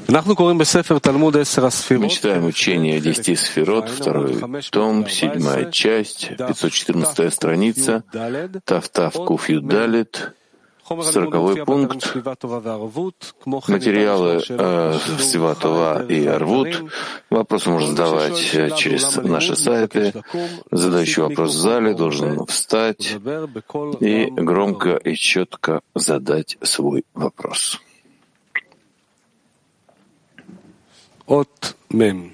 Мы читаем учение о 10 сферот, второй том, 7 часть, 514 страница, Тав-Тав Куф Юдалит, 40 пункт. Материалы Сива Това и Арвут. Вопросы можно задавать через наши сайты. Задающий вопрос в зале должен встать и громко и четко задать свой вопрос. От Мем.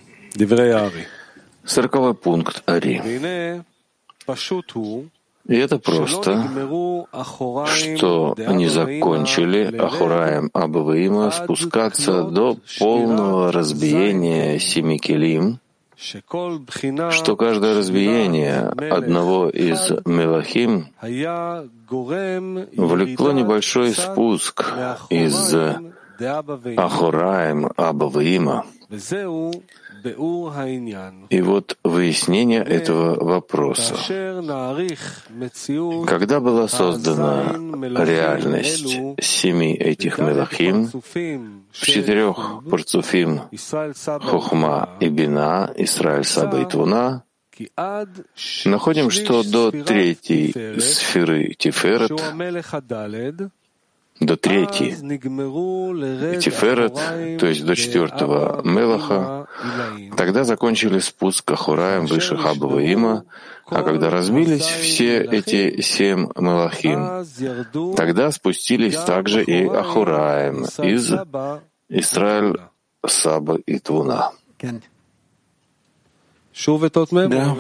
40 пункт Ари. И это просто, что не закончили Ахураим Абаваима спускаться до полного разбиения семи келим, что каждое разбиение одного из мелахим влекло небольшой спуск из Ахураим Абаваима. И вот выяснение этого вопроса. Когда была создана реальность семи этих мелахим, в 4 парцуфим Хохма и Бина, Исраэль, Саба и Твуна, находим, что до 3-й сферы Тиферет, до 3-й Тиферет, то есть до 4-го Мелаха, тогда закончили спуск Ахураим выше Абаваима, а когда разбились все эти 7 Мелахим, тогда спустились также и Ахураим из Исраэль, Саба и Твуна. Да.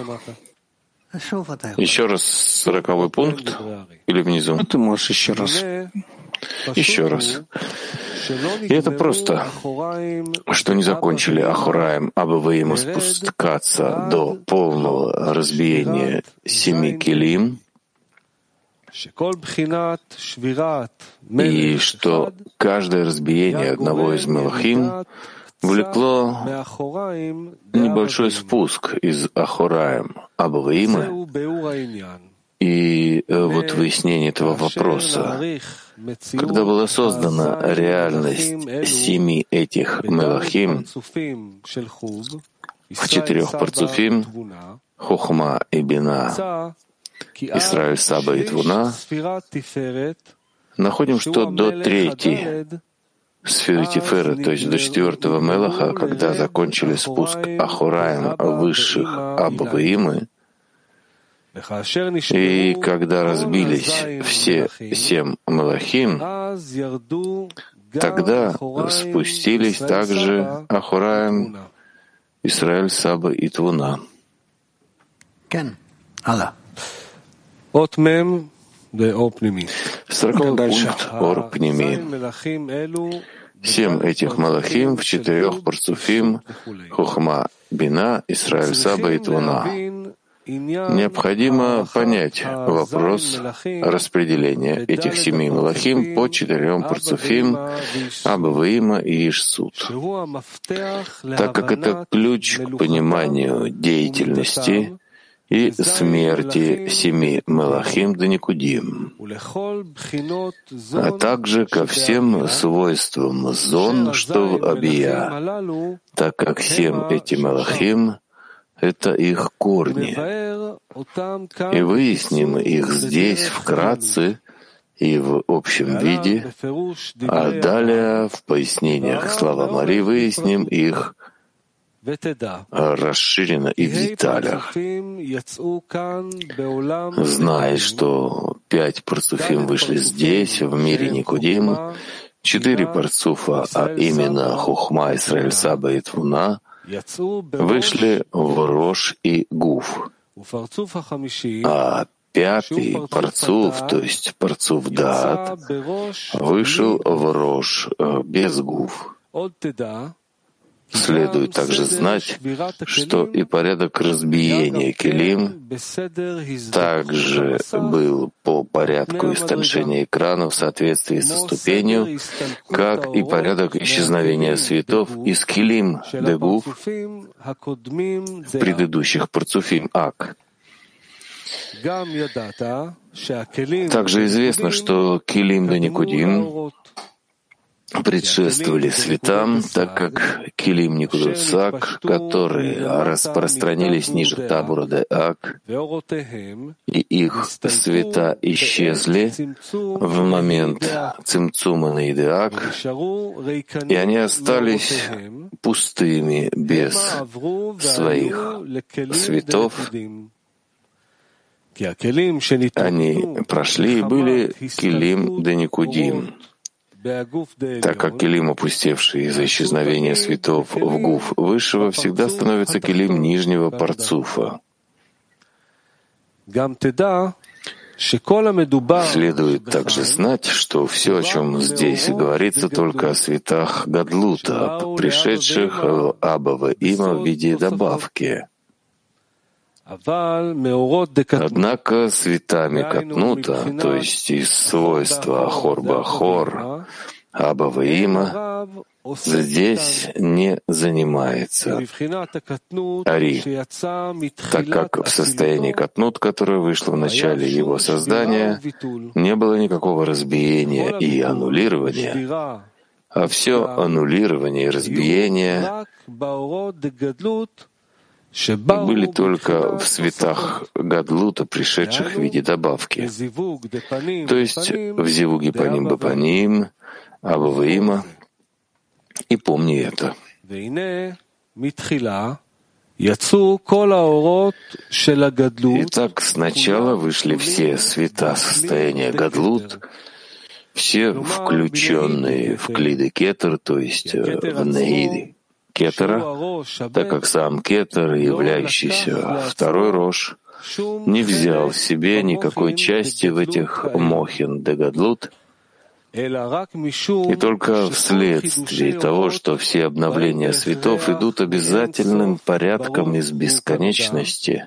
Еще раз 40 пункт или внизу? Ты можешь еще раз. Еще раз. И это просто, что не закончили Ахураим Абаваима спускаться до полного разбиения семи келим, и что каждое разбиение одного из мелахим влекло небольшой спуск из Ахураим Абаваима. И вот выяснение этого вопроса. Когда была создана реальность семи этих мелахим в 4 парцуфим Хохма и Бина, Исраэль, Саба и Твуна, находим, что до 3-й сферы Тиферет, то есть до 4-го Мелаха, когда закончили спуск Ахураим высших Абаваимы, и когда разбились все 7 мелахим, тогда спустились также Ахураим, Исраэль, Саба и Твуна. От Мем. 40 пункт Ор Пними. 7 этих малахим в 4 парцуфим Хохма, Бина, Исраэль, Саба и Твуна. Необходимо понять вопрос распределения этих 7 малахим по 4 парцуфим Абаваима и Ишсут, так как это ключ к пониманию деятельности и смерти 7 мелахим до Никудим, а также ко всем свойствам зон, что в Абия, так как 7 эти мелахим — это их корни. И выясним их здесь вкратце и в общем виде, а далее в пояснениях слова Мари выясним их расширенно и в деталях. Знай, что 5 парцуфим вышли здесь, в мире Никудим, 4 парцуфа, а именно Хохма, Исраэль, Саба и Твуна, вышли в Рош и Гуф. А 5-й парцуф, то есть парцуф Даат, вышел в Рош без Гуф. Следует также знать, что и порядок разбиения келим также был по порядку истончения экрана в соответствии со ступенью, как и порядок исчезновения светов из келим дегуф в предыдущих парцуфим Ак. Также известно, что келим да Никудим предшествовали светам, так как Килим Никудот Сак, которые распространились ниже Табура де Ак, и их света исчезли в момент Цимцума Нейдеак, и они остались пустыми, без своих светов. Они прошли и были Килим де Никудим, так как килим, опустевший из-за исчезновения светов в гуф высшего, всегда становится килим нижнего парцуфа. Следует также знать, что все, о чем здесь говорится, только о светах Гадлута, пришедших в Абава Има в виде добавки. Однако светами Катнута, то есть из свойства Ахор-Бахор, Абава-Има, здесь не занимается Ари, так как в состоянии Катнут, которое вышло в начале его создания, не было никакого разбиения и аннулирования, а все аннулирование и разбиение были только в светах Гадлута, пришедших в виде добавки, то есть в Зивуге Паним Бапаним, Абава-Има, и помни это. Итак, сначала вышли все света состояния Гадлут, все включенные в Клиды Кетер, то есть в Неиды Кетера, так как сам Кетер, являющийся второй Рош, не взял в себе никакой части в этих Мохин де Гадлут, и только вследствие того, что все обновления светов идут обязательным порядком из бесконечности,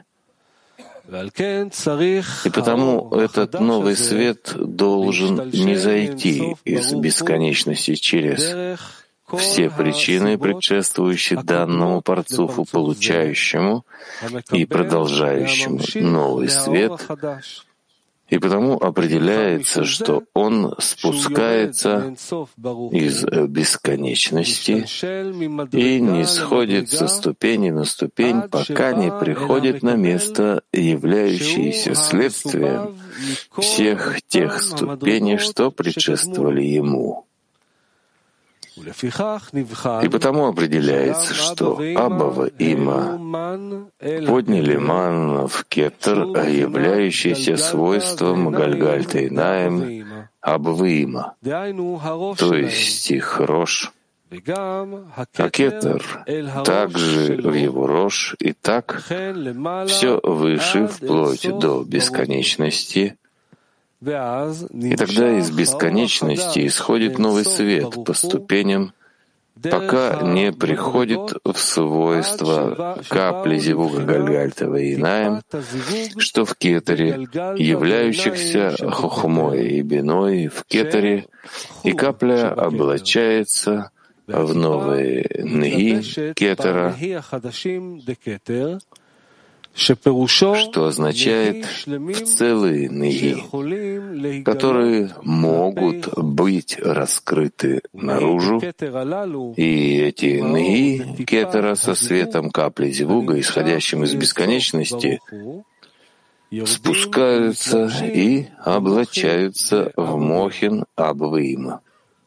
и потому этот новый свет должен не зайти из бесконечности через все причины, предшествующие данному парцуфу, получающему и продолжающему новый свет, и потому определяется, что он спускается из бесконечности и не сходит со ступени на ступень, пока не приходит на место, являющееся следствием всех тех ступеней, что предшествовали ему. И потому определяется, что Абава Има подняли ман в Кетер, являющийся свойством Гальгальта Инаем Абава Има, то есть их Рош, а Кетер также в его Рош, и так все выше вплоть до бесконечности. И тогда из бесконечности исходит новый свет по ступеням, пока не приходит в свойства капли Зивуга Гальгальтова и Инаем, что в Кетере, являющихся Хохмой и Биной в Кетере, и капля облачается в новые Нги Кетера, что означает в целые Неги, которые могут быть раскрыты наружу, и эти Неги Кетера со светом капли Зивуга, исходящим из бесконечности, спускаются и облачаются в Мохин Абава Има.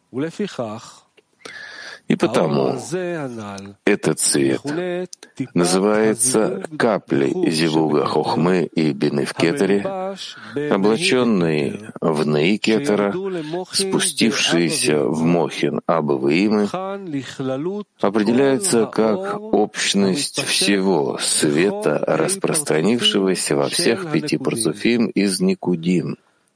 И потому этот цвет называется каплей Зивуга Хохмы и Бины в Кетере, облаченные в Неи Кетера, спустившиеся в Мохин Абава Имы, определяется как общность всего света, распространившегося во всех 5 парцуфим из Никудим.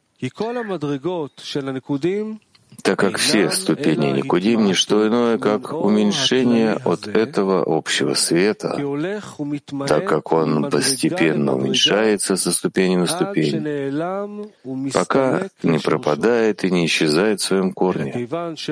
Так как все ступени Никудим — не что иное, как уменьшение от этого общего света, так как он постепенно уменьшается со ступени на ступень, пока не пропадает и не исчезает в своем корне.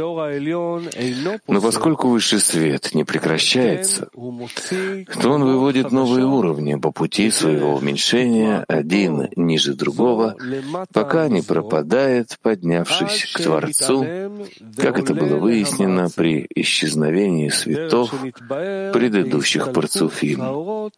Но поскольку высший свет не прекращается, то он выводит новые уровни по пути своего уменьшения, один ниже другого, пока не пропадает, поднявшись к Творцу, сил, как это было выяснено при исчезновении светов предыдущих парцуфим.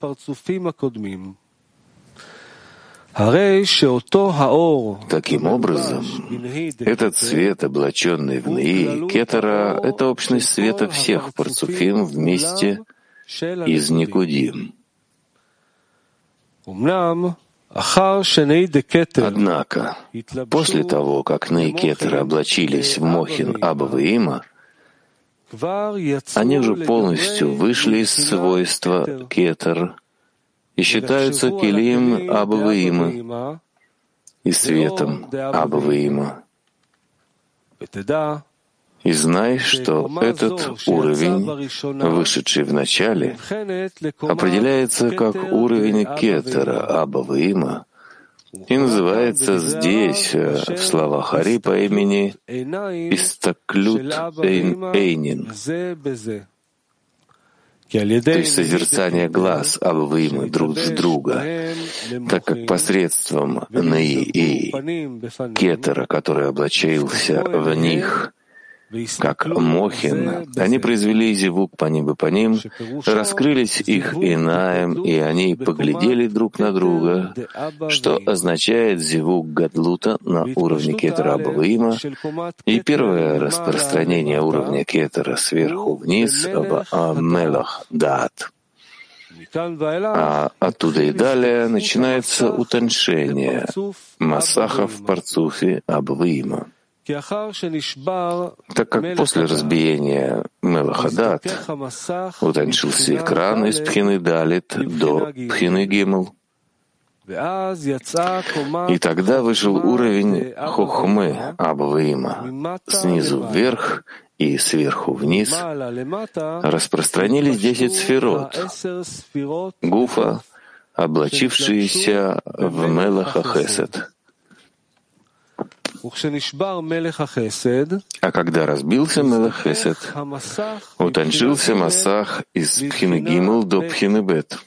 Таким образом, этот свет, облаченный в Неи Кетера, — это общность света всех парцуфим вместе из Никудим. Однако, после того, как Неи Кетера облачились в Мохин Аба Веима, они уже полностью вышли из свойства Кетер и считаются Келим Аба Веима и светом Аба Веима. И знай, что этот уровень, вышедший в начале, определяется как уровень Кетера Аба Веима и называется здесь, в словах Ари, по имени Истаклют Эйнин, то есть созерцание глаз Аба Веима друг в друга, так как посредством Неи и Кетера, который облачился в них, как Мохин, они произвели зивук паним бепаним, раскрылись их инаем, и они поглядели друг на друга, что означает зивук гадлута на уровне Кетера Аба Веима, и первое распространение уровня Кетера сверху вниз в Мелах Даат. А оттуда и далее начинается утоншение Масаха в парцуфе Аба Веима. Так как после разбиения Мелаха Даат утончился экран из Пхины Далит до Пхины Гимл, и тогда вышел уровень Хохмы Аба Веима. Снизу вверх и сверху вниз распространились 10 сферот Гуфа, облачившиеся в Мелаха Хесед. А когда разбился Мелах Хесед, утончился Масах из Пхины Гимл до Пхины Бет.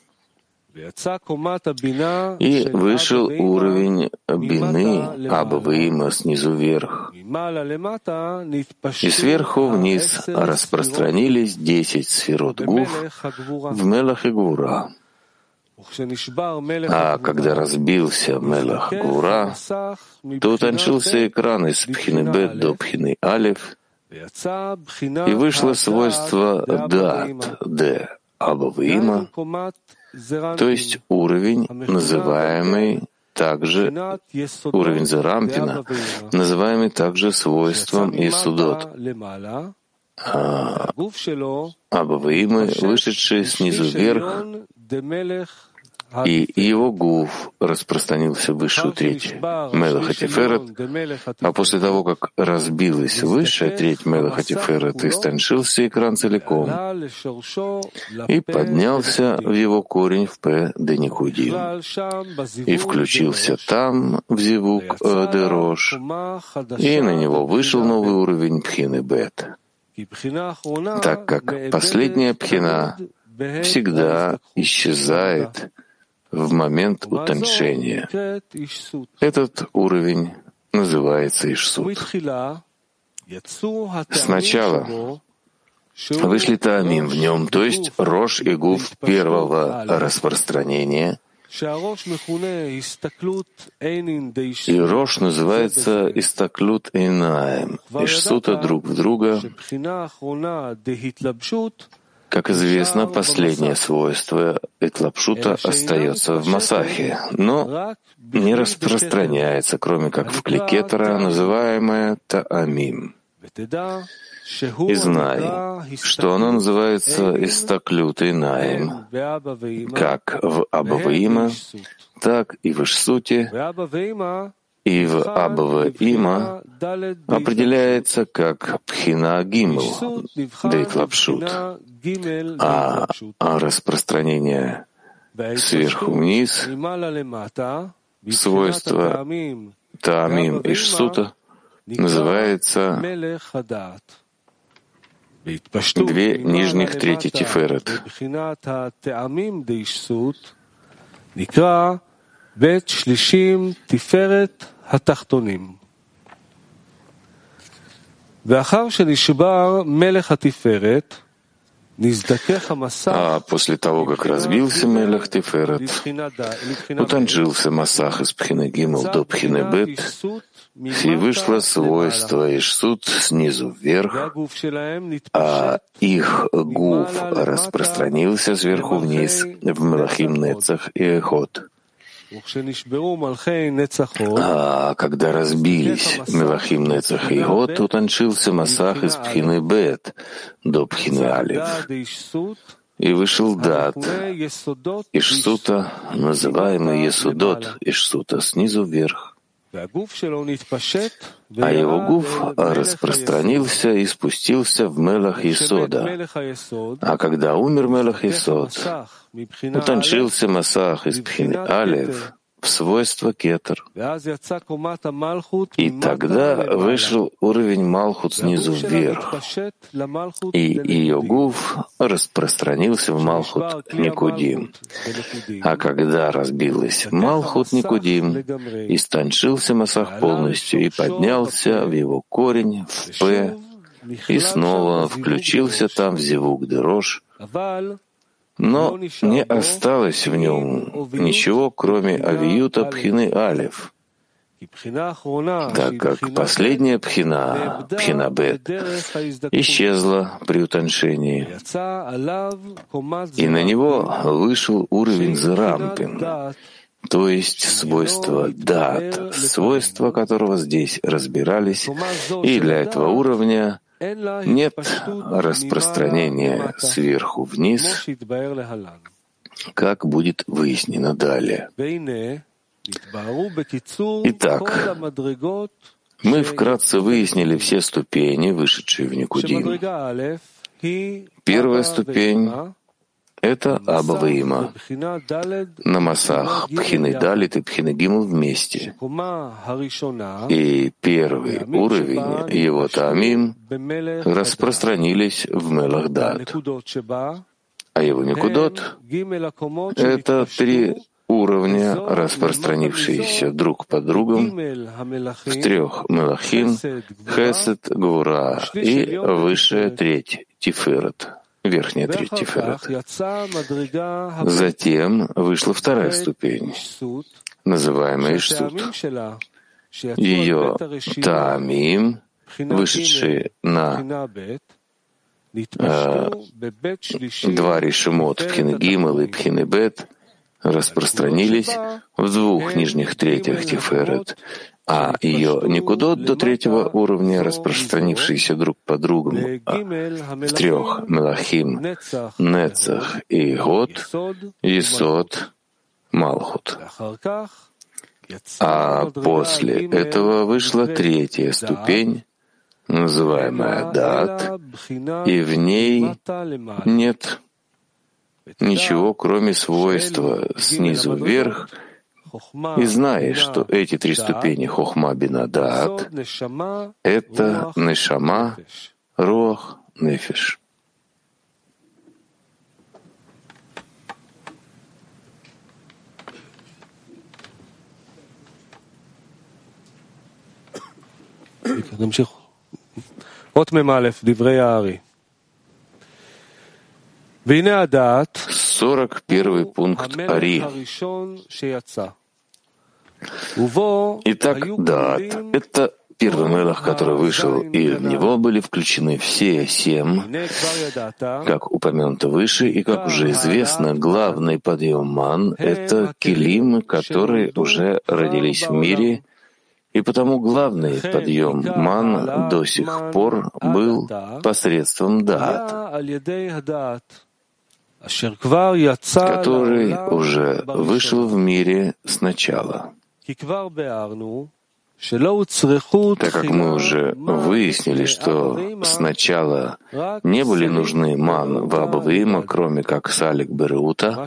И вышел уровень Бины Аба Веима снизу вверх. И сверху вниз распространились 10 сферот Гуф в Мелах и Гвура. А когда разбился Мелах Гвура, то утончился экран из Пхины Бет до Пхины Алеф, и вышло свойство Даат Д Аба Веима, то есть уровень, называемый также уровень Зарампина, называемый также свойством Исудот. Аба Веима, вышедший снизу вверх, и его гуф распространился в высшую треть Мелаха Тиферет, а после того, как разбилась высшая треть Мелаха Тиферет, истончился экран целиком и поднялся в его корень в П Деникудим и включился там в зивук Дерош, и на него вышел новый уровень Пхины Бет, так как последняя Пхина всегда исчезает в момент утоншения. Этот уровень называется Ишсут. Сначала вышли Таамим в нем, то есть Рош и Гуф первого распространения, и Рош называется Истаклют Эйнаем, Ишсута друг в друга. Как известно, последнее свойство Этлапшута остается в Масахе, но не распространяется, кроме как в кле Кетера, называемое Таамим. И знай, что оно называется Истаклют Эйнаем, как в Аба Веима, так и в Ишсуте, и в Аба Веима определяется как Пхина Гимл, Дейтлапшут, а распространение сверху вниз, свойство Таамим Ишсута, называется две нижних трети Тиферет. בית שלישים תפארת התחתונים. А после того, как разбился Мелех Тиферет, утончился Масах из Пхины Гимл до Пхины Бет, и вышло свойство Ишсут снизу вверх, а их гуф распространился сверху вниз в Мелахим Нецах и Эхот. А когда разбились Мелахим Нецах и Эхот, утончился Масах из Пхины Бет до Пхины Алев. И вышел дат Ишсута, называемый Есудот Ишсута, снизу вверх. А его гуф распространился и спустился в Мелах Есода. А когда умер Мелах Есод, утончился Масах из Пхины Алев в свойство Кетер. И тогда вышел уровень Малхут снизу вверх, и ее гуф распространился в Малхут Никудим. А когда разбилась Малхут Никудим, истончился Масах полностью и поднялся в его корень, в П, и снова включился там в Зевук Дерош, но не осталось в нем ничего, кроме авиюта Пхины Алев, так как последняя Пхина, Пхина Бет, исчезла при утончении, и на него вышел уровень Зерампин, то есть свойство Дат, свойства которого здесь разбирались, и для этого уровня нет распространения сверху вниз, как будет выяснено далее. Итак, мы вкратце выяснили все ступени, вышедшие в Никудим. Первая ступень — это Аба Ваима на Масах Пхины Далит и Пхины Гимл вместе. И первый уровень, его Таамим, распространились в Мелах Дат. А его Никудот — это три уровня, распространившиеся друг по другу в трех Мелахим, Хесед, Гвура и высшая треть Тиферет. Верхняя треть Тиферет. Затем вышла вторая ступень, называемая Ишсут. Ее Таамим, вышедшие на два решемот Пхины Гимл и Пхины Бет, распространились в двух нижних третьих Тиферет, а ее Никудот до третьего уровня, распространившиеся друг по другу в трех Мелахим, Нецах и Год, Есод, Малхут. А после этого вышла третья ступень, называемая Дат, и в ней нет ничего, кроме свойства снизу вверх, и знаешь, что эти три ступени Хохма, Бина, Даат — это Нешама, Руах, Нефиш. אות מ"א, דברי הארי. והנה הדעת, 41 пункт Ари. Итак, Даат — это первый Мелах, который вышел, и в него были включены все 7, как упомянуто выше, и как уже известно, главный подъем Ман — это килим, которые уже родились в мире, и потому главный подъем Ман до сих пор был посредством Даат, который уже вышел в мире сначала. Так как мы уже выяснили, что сначала не были нужны Ман в Аба Ваима, кроме как Салик Береута,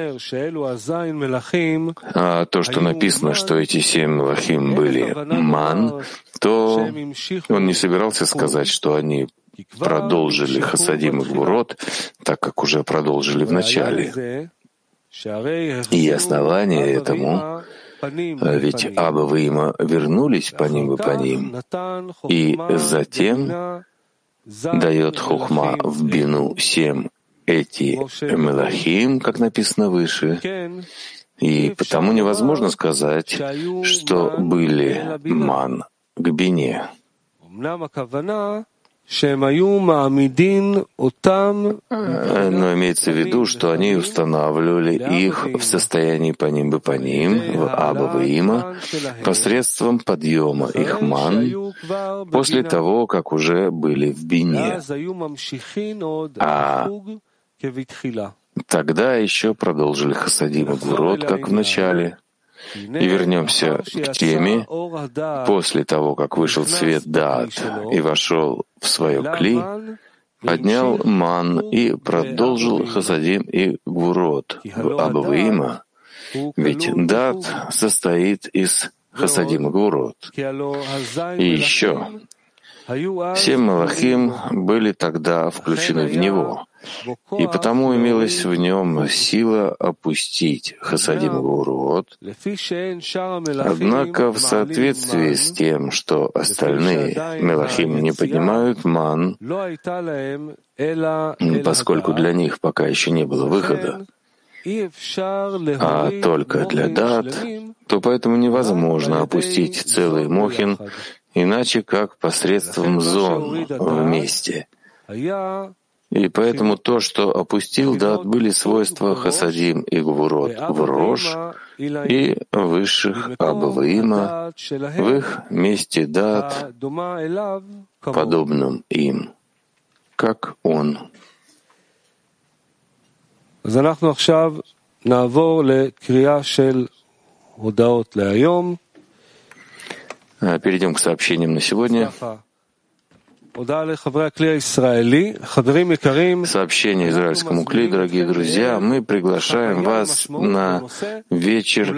а то, что написано, что эти 7 Мелахим были Ман, то он не собирался сказать, что они продолжили Хасадим и Гвурот, так как уже продолжили в начале. И основание этому Ведь Аба Ваима вернулись паним бепаним, и затем дает хохма в бину всем эти мелахим, как написано выше, и потому невозможно сказать, что были ман к бине. Но имеется в виду, что они устанавливали их в состоянии паним бепаним, в Аба Ваима, посредством подъема их ман, после того, как уже были в бине. А тогда еще продолжили хасадим и гвурот, как в начале. И вернемся к теме. После того, как вышел свет Даат и вошел в свое кли, поднял ман и продолжил хасадим и гвурот в Аба Ваима, ведь Даат состоит из хасадим и гвурот. И еще 7 мелахим были тогда включены в него, и потому имелась в нем сила опустить хасадим и гвурот. Однако в соответствии с тем, что остальные мелахим не поднимают ман, поскольку для них пока еще не было выхода, а только для Даат, то поэтому невозможно опустить целый мохин иначе как посредством зон вместе. И поэтому то, что опустил Даат, были свойства хасадим и гвурот в Рош и высших Аба Ваима в их месте Даат, подобным им, как он. Перейдем к сообщениям на сегодня. Сообщение израильскому кли, дорогие друзья, мы приглашаем вас на вечер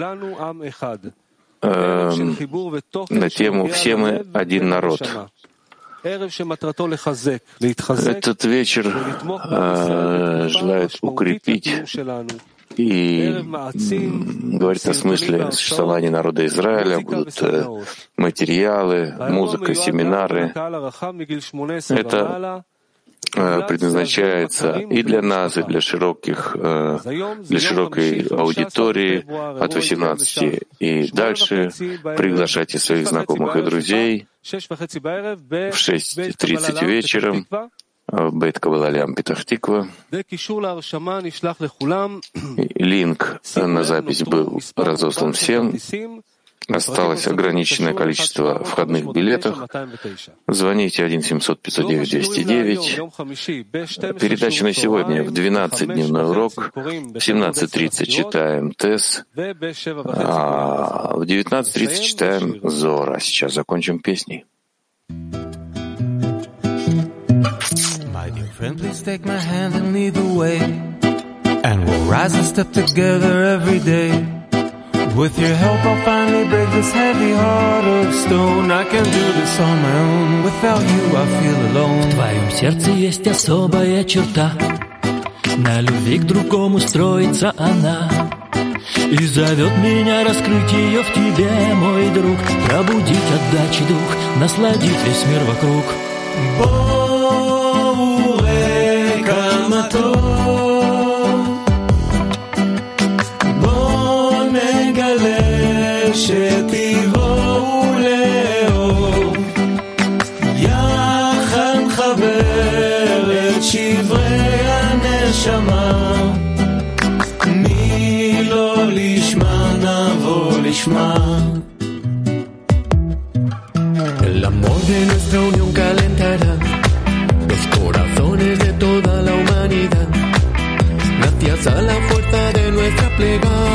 на тему «Все мы один народ». Этот вечер желает укрепить и говорит о смысле существования народа Израиля, будут материалы, музыка, семинары. Это предназначается и для нас, и для широкой аудитории от 18 и дальше. Приглашайте своих знакомых и друзей в 6:30 вечера в Бейт Каббал-Алям Петах-Тиква. Линк на запись был разослан всем. Осталось ограниченное количество входных билетов. Звоните 1-700-509-209. Передача на сегодня в 12 дневной урок, в 17:30 читаем ТЭС, а в 19:30 читаем Зор. А сейчас закончим песней. Friend, please take my hand and lead the way, and we'll rise and step together every day. With your help I'll finally break this heavy heart of stone. I can do this on my own, without you I feel alone. В твоем сердце есть особая черта, на любви к другому строится она, и зовет меня раскрыть ее в тебе, мой друг, пробудить отдачи дух, насладить весь мир вокруг. בוא נגלה שתבואו לאור, יחד נחבר את שברי הנשמה, מי לא לשמה נבוא לשמה. El amor de nuestra unión calentará los corazones de toda la humanidad, gracias a la fuerza de nuestra plegaria.